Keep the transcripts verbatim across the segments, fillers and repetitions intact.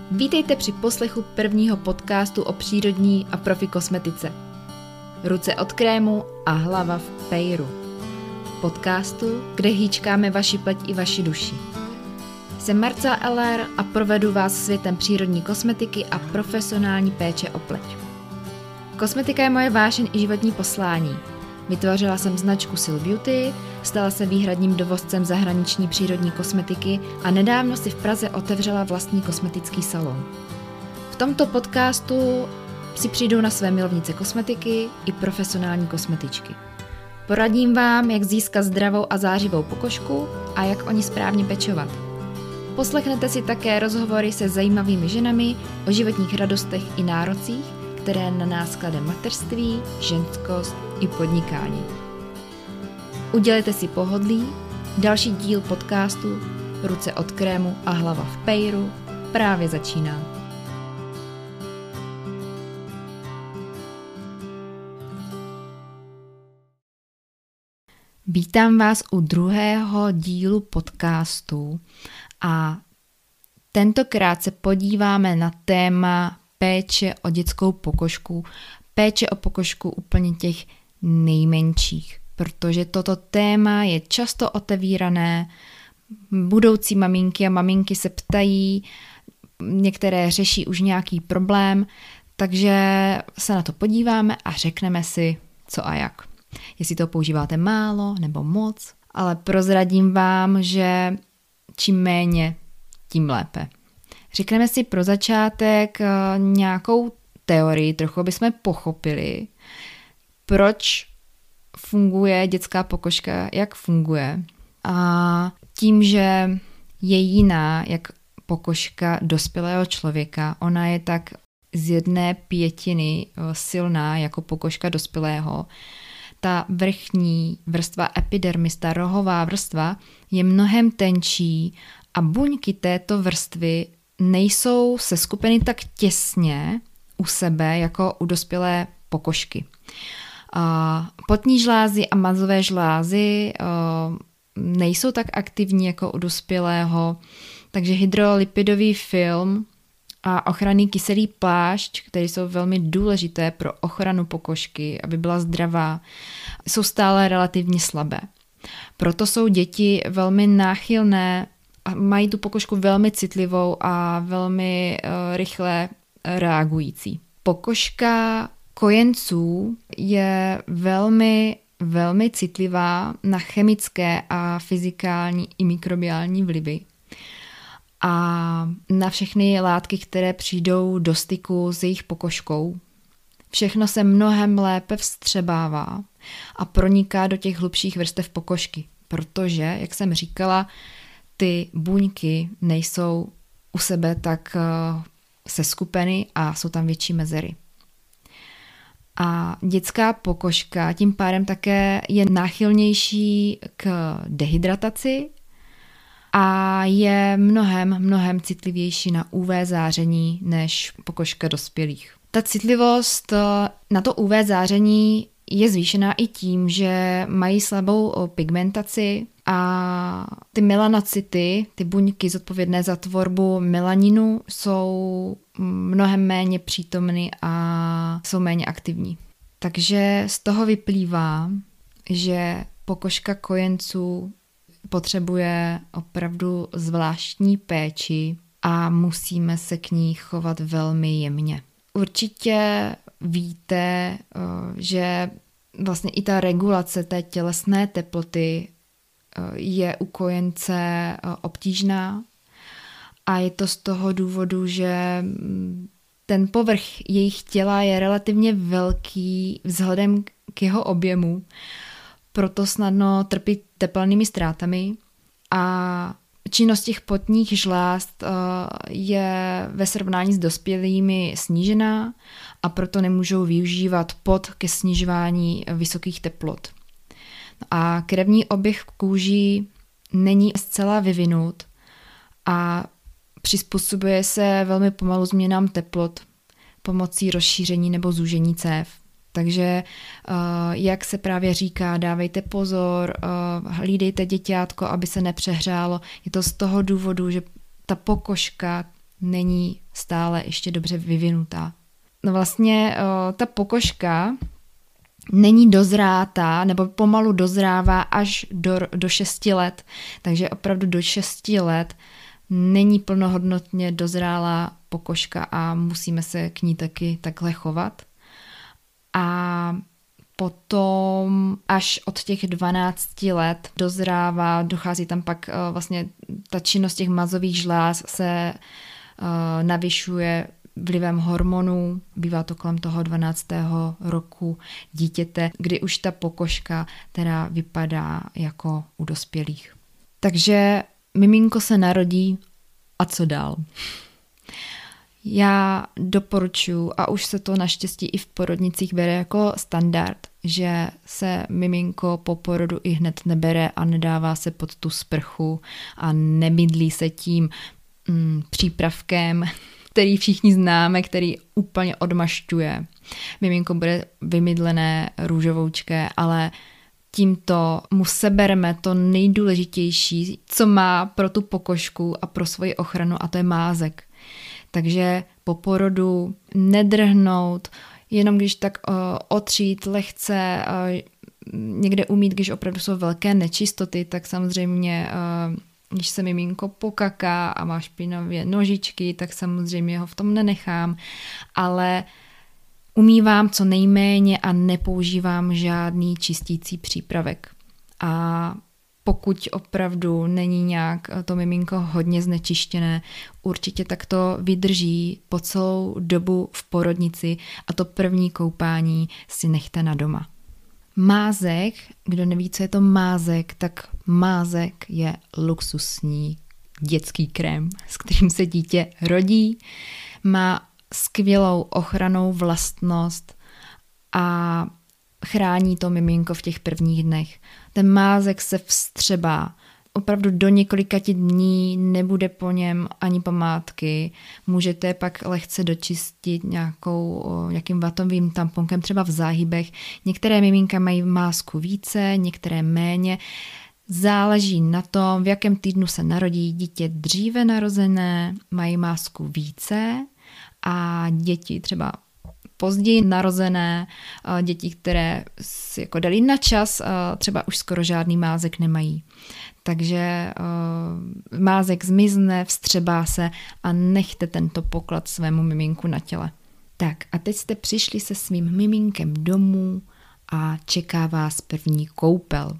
Vítejte při poslechu prvního podcastu o přírodní a profi kosmetice. Ruce od krému a hlava v pejru. Podcastu, kde hýčkáme vaši pleť i vaši duši. Jsem Marca Eller a provedu vás světem přírodní kosmetiky a profesionální péče o pleť. Kosmetika je moje vášeň i životní poslání. Vytvořila jsem značku Sil Beauty, stala se výhradním dovozcem zahraniční přírodní kosmetiky a nedávno si v Praze otevřela vlastní kosmetický salon. V tomto podcastu si přijdou na své milovnice kosmetiky i profesionální kosmetičky. Poradím vám, jak získat zdravou a zářivou pokožku a jak o ní správně pečovat. Poslechnete si také rozhovory se zajímavými ženami o životních radostech i nárocích, které na nás klade mateřství, ženskost i podnikání. Udělejte si pohodlí, další díl podcastu Ruce od krému a hlava v pejru právě začíná. Vítám vás u druhého dílu podcastu a tentokrát se podíváme na téma péče o dětskou pokožku, péče o pokožku úplně těch nejmenších, protože toto téma je často otevírané, budoucí maminky a maminky se ptají, některé řeší už nějaký problém, takže se na to podíváme a řekneme si, co a jak. Jestli to používáte málo nebo moc, ale prozradím vám, že čím méně, tím lépe. Řekneme si pro začátek nějakou teorii, trochu abychom pochopili, proč funguje dětská pokožka, jak funguje. A tím, že je jiná, jak pokožka dospělého člověka, ona je tak z jedné pětiny silná jako pokožka dospělého. Ta vrchní vrstva epidermis, ta rohová vrstva, je mnohem tenčí a buňky této vrstvy nejsou seskupeny tak těsně u sebe jako u dospělé pokožky. Potní žlázy a mazové žlázy nejsou tak aktivní jako u dospělého, takže hydrolipidový film a ochranný kyselý plášť, které jsou velmi důležité pro ochranu pokožky, aby byla zdravá, jsou stále relativně slabé. Proto jsou děti velmi náchylné a mají tu pokožku velmi citlivou a velmi uh, rychle reagující. Pokožka kojenců je velmi, velmi citlivá na chemické a fyzikální i mikrobiální vlivy a na všechny látky, které přijdou do styku s jejich pokožkou. Všechno se mnohem lépe vstřebává a proniká do těch hlubších vrstev pokožky, protože, jak jsem říkala, ty buňky nejsou u sebe tak seskupeny a jsou tam větší mezery. A dětská pokožka tím pádem také je náchylnější k dehydrataci a je mnohem, mnohem citlivější na ú vé záření než pokožka dospělých. Ta citlivost na to ú vé záření je zvýšená i tím, že mají slabou pigmentaci a ty melanocyty, ty buňky zodpovědné za tvorbu melaninu, jsou mnohem méně přítomny a jsou méně aktivní. Takže z toho vyplývá, že pokožka kojenců potřebuje opravdu zvláštní péči a musíme se k ní chovat velmi jemně. Určitě víte, že vlastně i ta regulace té tělesné teploty je u kojence obtížná a je to z toho důvodu, že ten povrch jejich těla je relativně velký vzhledem k jeho objemu, proto snadno trpí tepelnými ztrátami a činnost těch potních žláz je ve srovnání s dospělými snížená a proto nemůžou využívat pot ke snižování vysokých teplot. A krevní oběh v kůži není zcela vyvinut a přizpůsobuje se velmi pomalu změnám teplot pomocí rozšíření nebo zúžení cév. Takže, jak se právě říká, dávejte pozor, hlídejte děťátko, aby se nepřehřálo. Je to z toho důvodu, že ta pokožka není stále ještě dobře vyvinutá. No vlastně ta pokožka není dozrátá, nebo pomalu dozrává až do, do šesti let, takže opravdu do šesti let není plnohodnotně dozrálá pokožka a musíme se k ní taky takhle chovat. A potom až od těch dvanácti let dozrává, dochází tam pak vlastně ta činnost těch mazových žláz se navyšuje vlivem hormonů, bývá to kolem toho dvanáctého roku dítěte, kdy už ta pokožka teda vypadá jako u dospělých. Takže miminko se narodí a co dál? Já doporučuji, a už se to naštěstí i v porodnicích bere jako standard, že se miminko po porodu i hned nebere a nedává se pod tu sprchu a nemydlí se tím mm, přípravkem, který všichni známe, který úplně odmašťuje. Miminko bude vymydlené, růžovoučké, ale tímto mu sebereme to nejdůležitější, co má pro tu pokožku a pro svoji ochranu, a to je mázek. Takže po porodu nedrhnout, jenom když tak uh, otřít lehce, uh, někde umít, když opravdu jsou velké nečistoty, tak samozřejmě uh, když se miminko pokaká a má špinavě nožičky, tak samozřejmě ho v tom nenechám, ale umývám co nejméně a nepoužívám žádný čistící přípravek. A pokud opravdu není nějak to miminko hodně znečištěné, určitě tak to vydrží po celou dobu v porodnici a to první koupání si nechte na doma. Mázek, kdo neví, co je to mázek, tak mázek je luxusní dětský krém, s kterým se dítě rodí, má skvělou ochrannou vlastnost a chrání to miminko v těch prvních dnech. Ten mázek se vstřebá. Opravdu do několika dní nebude po něm ani památky. Můžete pak lehce dočistit nějakou, nějakým vatovým tamponkem, třeba v záhybech. Některé miminka mají mázku více, některé méně. Záleží na tom, v jakém týdnu se narodí dítě. Dříve narozené mají mázku více a děti třeba později narozené, děti, které si jako dali na čas, třeba už skoro žádný mázek nemají. Takže uh, mázek zmizne, vstřebá se a nechte tento poklad svému miminku na těle. Tak a teď jste přišli se svým miminkem domů a čeká vás první koupel.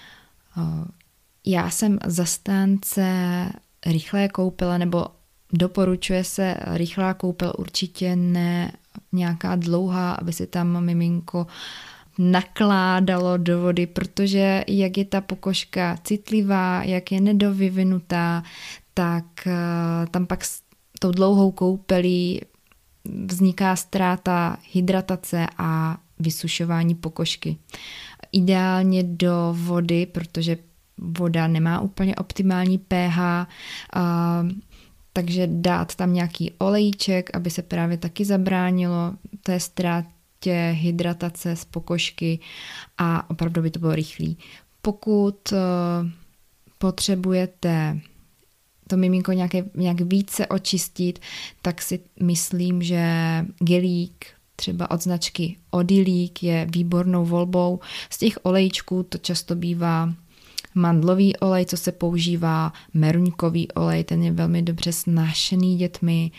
Uh, já jsem zastánce rychlé koupele, nebo doporučuje se rychlá koupel, určitě ne nějaká dlouhá, aby si tam miminko nakládalo do vody, protože jak je ta pokožka citlivá, jak je nedovyvinutá, tak tam pak s tou dlouhou koupelí vzniká ztráta hydratace a vysušování pokožky. Ideálně do vody, protože voda nemá úplně optimální pH, takže dát tam nějaký olejček, aby se právě taky zabránilo té ztrátě hydratace z pokožky a opravdu by to bylo rychlý. Pokud uh, potřebujete to miminko nějaké, nějak více očistit, tak si myslím, že gelík třeba od značky Odilík je výbornou volbou. Z těch olejčků to často bývá mandlový olej, co se používá, meruňkový olej, ten je velmi dobře snášený dětmi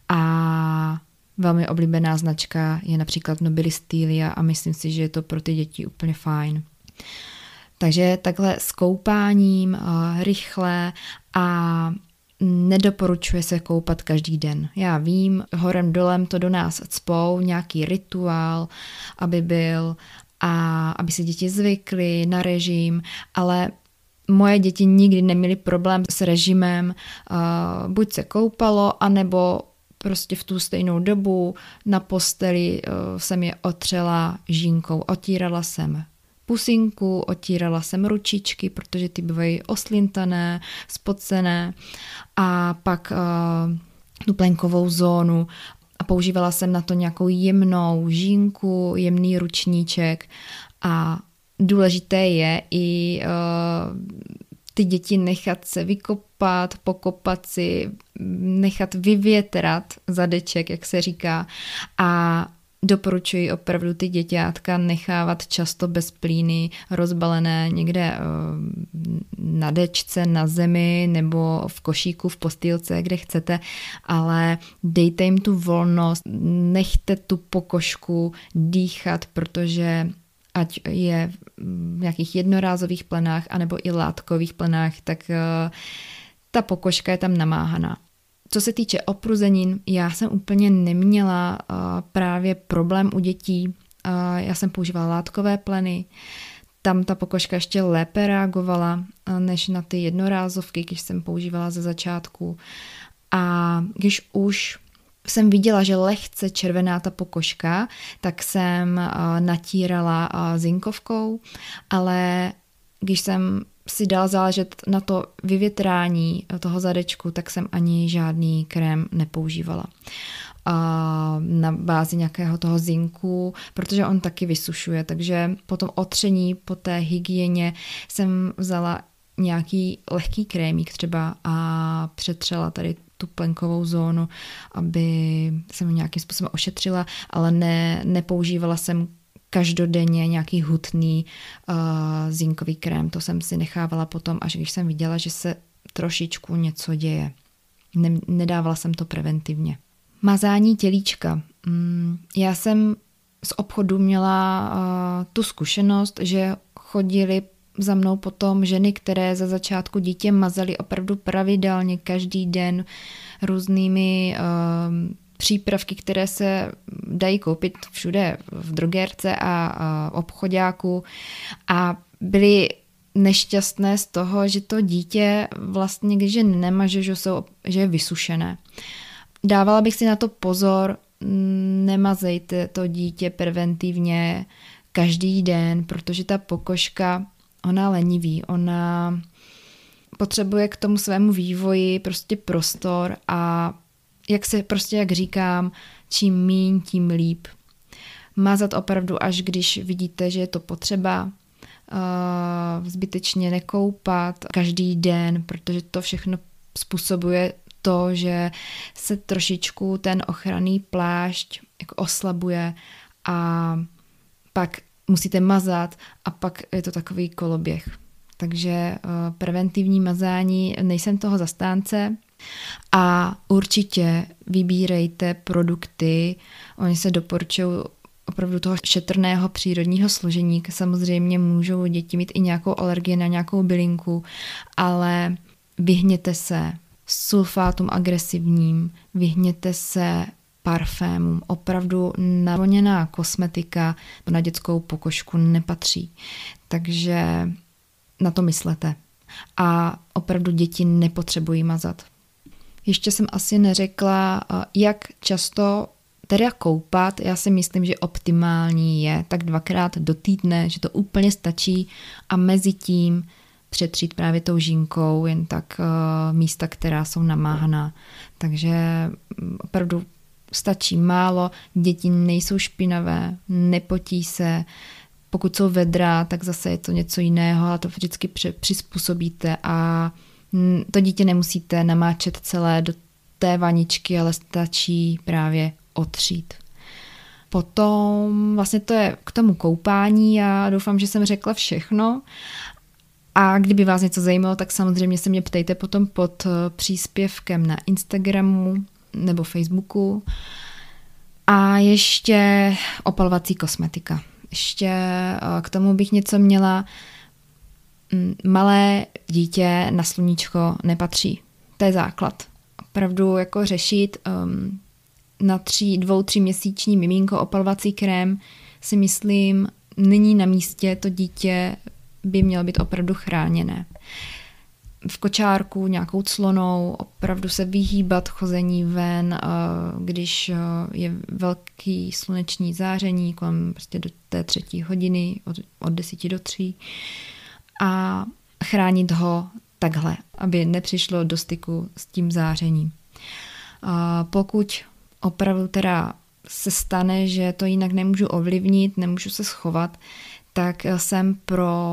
a velmi oblíbená značka je například Nobilistylia a myslím si, že je to pro ty děti úplně fajn. Takže takhle s koupáním rychle a nedoporučuje se koupat každý den. Já vím, horem dolem to do nás cpou, nějaký rituál, aby byl a aby si děti zvykly na režim, ale moje děti nikdy neměly problém s režimem, uh, buď se koupalo, anebo prostě v tu stejnou dobu na posteli uh, jsem je otřela žínkou, otírala jsem pusinku, otírala jsem ručičky, protože ty bývají oslintané, spocené a pak uh, tu plenkovou zónu a používala jsem na to nějakou jemnou žínku, jemný ručníček a důležité je i uh, ty děti nechat se vykopat, pokopat si, nechat vyvětrat zadeček, jak se říká, a doporučuji opravdu ty děťátka nechávat často bez plíny rozbalené někde na dečce, na zemi nebo v košíku, v postýlce, kde chcete, ale dejte jim tu volnost, nechte tu pokožku dýchat, protože ať je v nějakých jednorázových plenách anebo i látkových plenách, tak ta pokožka je tam namáhaná. Co se týče opruzenin, já jsem úplně neměla uh, právě problém u dětí. Uh, já jsem používala látkové pleny, tam ta pokožka ještě lépe reagovala uh, než na ty jednorázovky, když jsem používala ze začátku. A když už jsem viděla, že lehce červená ta pokožka, tak jsem uh, natírala uh, zinkovkou, ale když jsem si dala záležet na to vyvětrání toho zadečku, tak jsem ani žádný krém nepoužívala. A na bázi nějakého toho zinku, protože on taky vysušuje, takže po tom otření, po té hygieně jsem vzala nějaký lehký krémík třeba a přetřela tady tu plenkovou zónu, aby jsem nějakým způsobem ošetřila, ale ne, nepoužívala jsem každodenně nějaký hutný uh, zinkový krém. To jsem si nechávala potom, až když jsem viděla, že se trošičku něco děje. Ne, nedávala jsem to preventivně. Mazání tělíčka. Mm, já jsem z obchodu měla uh, tu zkušenost, že chodili za mnou potom ženy, které za začátku dítě mazaly opravdu pravidelně každý den různými uh, přípravky, které se dají koupit všude v drogérce a, a obchodáku, a byly nešťastné z toho, že to dítě vlastně, když je nemaže, že, jsou, že je vysušené. Dávala bych si na to pozor, nemazejte to dítě preventivně každý den, protože ta pokožka, ona leniví, ona potřebuje k tomu svému vývoji prostě prostor a jak se prostě, jak říkám, čím míň, tím líp. Mazat opravdu, až když vidíte, že je to potřeba, uh, zbytečně nekoupat každý den, protože to všechno způsobuje to, že se trošičku ten ochranný plášť jako oslabuje a pak musíte mazat a pak je to takový koloběh. Takže uh, preventivní mazání, nejsem toho zastánce, a určitě vybírejte produkty, oni se doporučují opravdu toho šetrného přírodního složení, samozřejmě můžou děti mít i nějakou alergii na nějakou bylinku, ale vyhněte se sulfátům agresivním, vyhněte se parfémům, opravdu navoněná kosmetika na dětskou pokožku nepatří, takže na to myslete a opravdu děti nepotřebují mazat. Ještě jsem asi neřekla, jak často teda koupat. Já si myslím, že optimální je tak dvakrát do týdne, že to úplně stačí, a mezi tím přetřít právě tou žínkou jen tak místa, která jsou namáhaná. Takže opravdu stačí málo, děti nejsou špinavé, nepotí se, pokud jsou vedra, tak zase je to něco jiného a to vždycky přizpůsobíte a to dítě nemusíte namáčet celé do té vaničky, ale stačí právě otřít. Potom vlastně to je k tomu koupání. Já doufám, že jsem řekla všechno. A kdyby vás něco zajímalo, tak samozřejmě se mě ptejte potom pod příspěvkem na Instagramu nebo Facebooku. A ještě opalovací kosmetika. Ještě k tomu bych něco měla. Malé dítě na sluníčko nepatří. To je základ. Opravdu jako řešit um, na tři, dvou, tři měsíční miminko opalovací krém si myslím není na místě, to dítě by mělo být opravdu chráněné. V kočárku nějakou clonou, opravdu se vyhýbat chození ven, když je velký sluneční záření, kolem prostě do té třetí hodiny, od, od deseti do tří, a chránit ho takhle, aby nepřišlo do styku s tím zářením. Pokud opravdu teda se stane, že to jinak nemůžu ovlivnit, nemůžu se schovat, tak jsem pro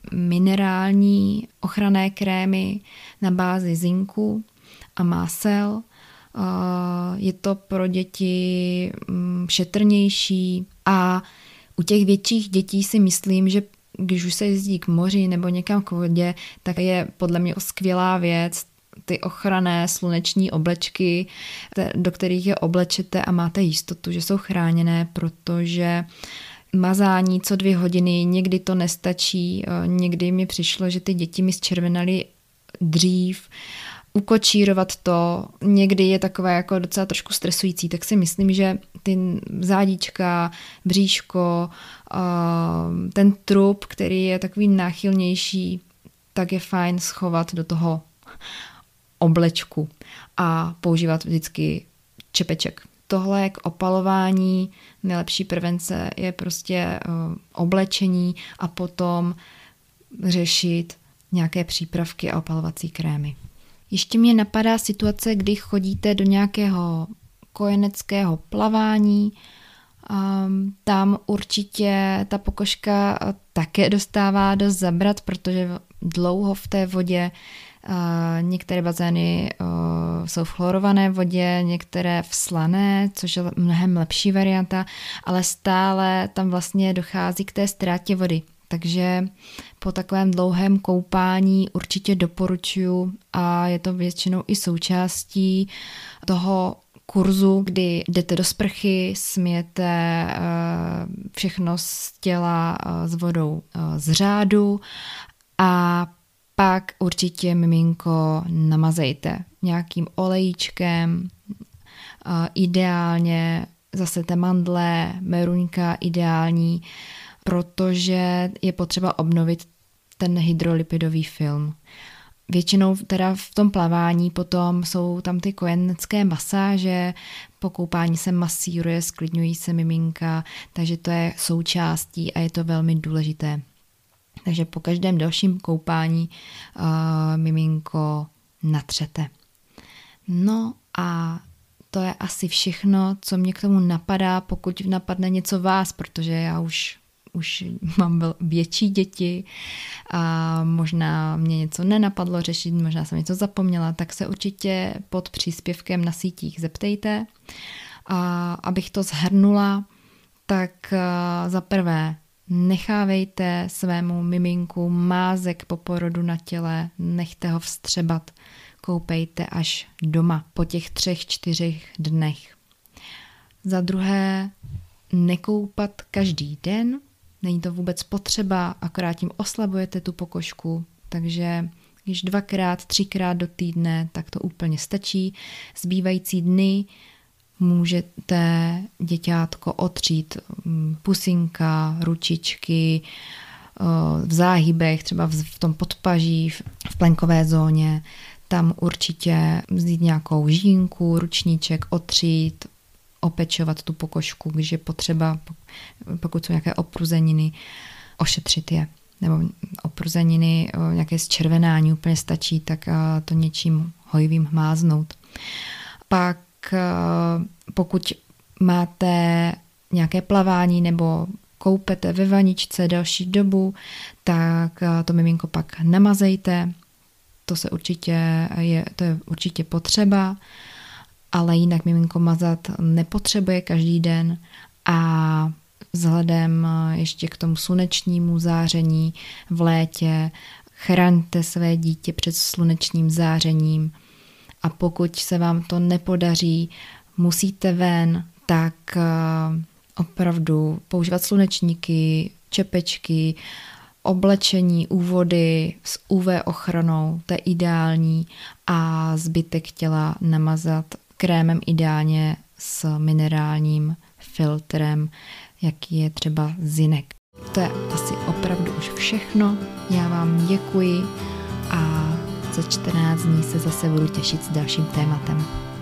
minerální ochranné krémy na bázi zinku a másel. Je to pro děti šetrnější a u těch větších dětí si myslím, že když už se jezdí k moři nebo někam k vodě, tak je podle mě skvělá věc ty ochranné sluneční oblečky, do kterých je oblečete a máte jistotu, že jsou chráněné, protože mazání co dvě hodiny, někdy to nestačí, někdy mi přišlo, že ty děti mi zčervenaly dřív, ukočírovat to, někdy je takové jako docela trošku stresující, tak si myslím, že ty zádíčka, bříško, ten trup, který je takový náchylnější, tak je fajn schovat do toho oblečku a používat vždycky čepeček. Tohle k opalování, nejlepší prevence je prostě oblečení a potom řešit nějaké přípravky a opalovací krémy. Ještě mě napadá situace, kdy chodíte do nějakého kojeneckého plavání. Tam určitě ta pokožka také dostává dost zabrat, protože dlouho v té vodě. Některé bazény jsou v chlorované vodě, některé v slané, což je mnohem lepší varianta, ale stále tam vlastně dochází k té ztrátě vody. Takže po takovém dlouhém koupání určitě doporučuji a je to většinou i součástí toho kurzu, kdy jdete do sprchy, smějete všechno z těla s vodou z řádu a pak určitě miminko namazejte nějakým olejíčkem, ideálně zase té mandle, meruňka ideální, protože je potřeba obnovit ten hydrolipidový film. Většinou teda v tom plavání potom jsou tam ty kojenecké masáže, po koupání se masíruje, sklidňují se miminka, takže to je součástí a je to velmi důležité. Takže po každém dalším koupání uh, miminko natřete. No a to je asi všechno, co mě k tomu napadá, pokud napadne něco vás, protože já už, už mám větší děti a možná mě něco nenapadlo řešit, možná jsem něco zapomněla, tak se určitě pod příspěvkem na sítích zeptejte. A abych to shrnula, tak uh, za prvé nechávejte svému miminku mázek po porodu na těle, nechte ho vstřebat, koupejte až doma po těch třech, čtyřech dnech. Za druhé, nekoupat každý den, není to vůbec potřeba, akorát tím oslabujete tu pokožku, takže když dvakrát, třikrát do týdne, tak to úplně stačí. Zbývající dny můžete děťátko otřít pusinka, ručičky, v záhybech, třeba v tom podpaží, v plenkové zóně. Tam určitě vzít nějakou žínku, ručníček, otřít, opečovat tu pokožku, když je potřeba, pokud jsou nějaké opruzeniny, ošetřit je. Nebo opruzeniny, nějaké zčervenání úplně stačí, tak to něčím hojivým hmáznout. Pak pokud máte nějaké plavání nebo koupete ve vaničce další dobu, tak to miminko pak namazejte. To se určitě je, to je určitě potřeba, ale jinak miminko mazat nepotřebuje každý den a vzhledem ještě k tomu slunečnímu záření v létě chraňte své dítě před slunečním zářením. A pokud se vám to nepodaří, musíte ven, tak opravdu používat slunečníky, čepečky, oblečení, úvody s ú vé ochranou, to je ideální a zbytek těla namazat krémem ideálně s minerálním filtrem, jaký je třeba zinek. To je asi opravdu už všechno. Já vám děkuji a za čtrnáct dní se zase budu těšit s dalším tématem.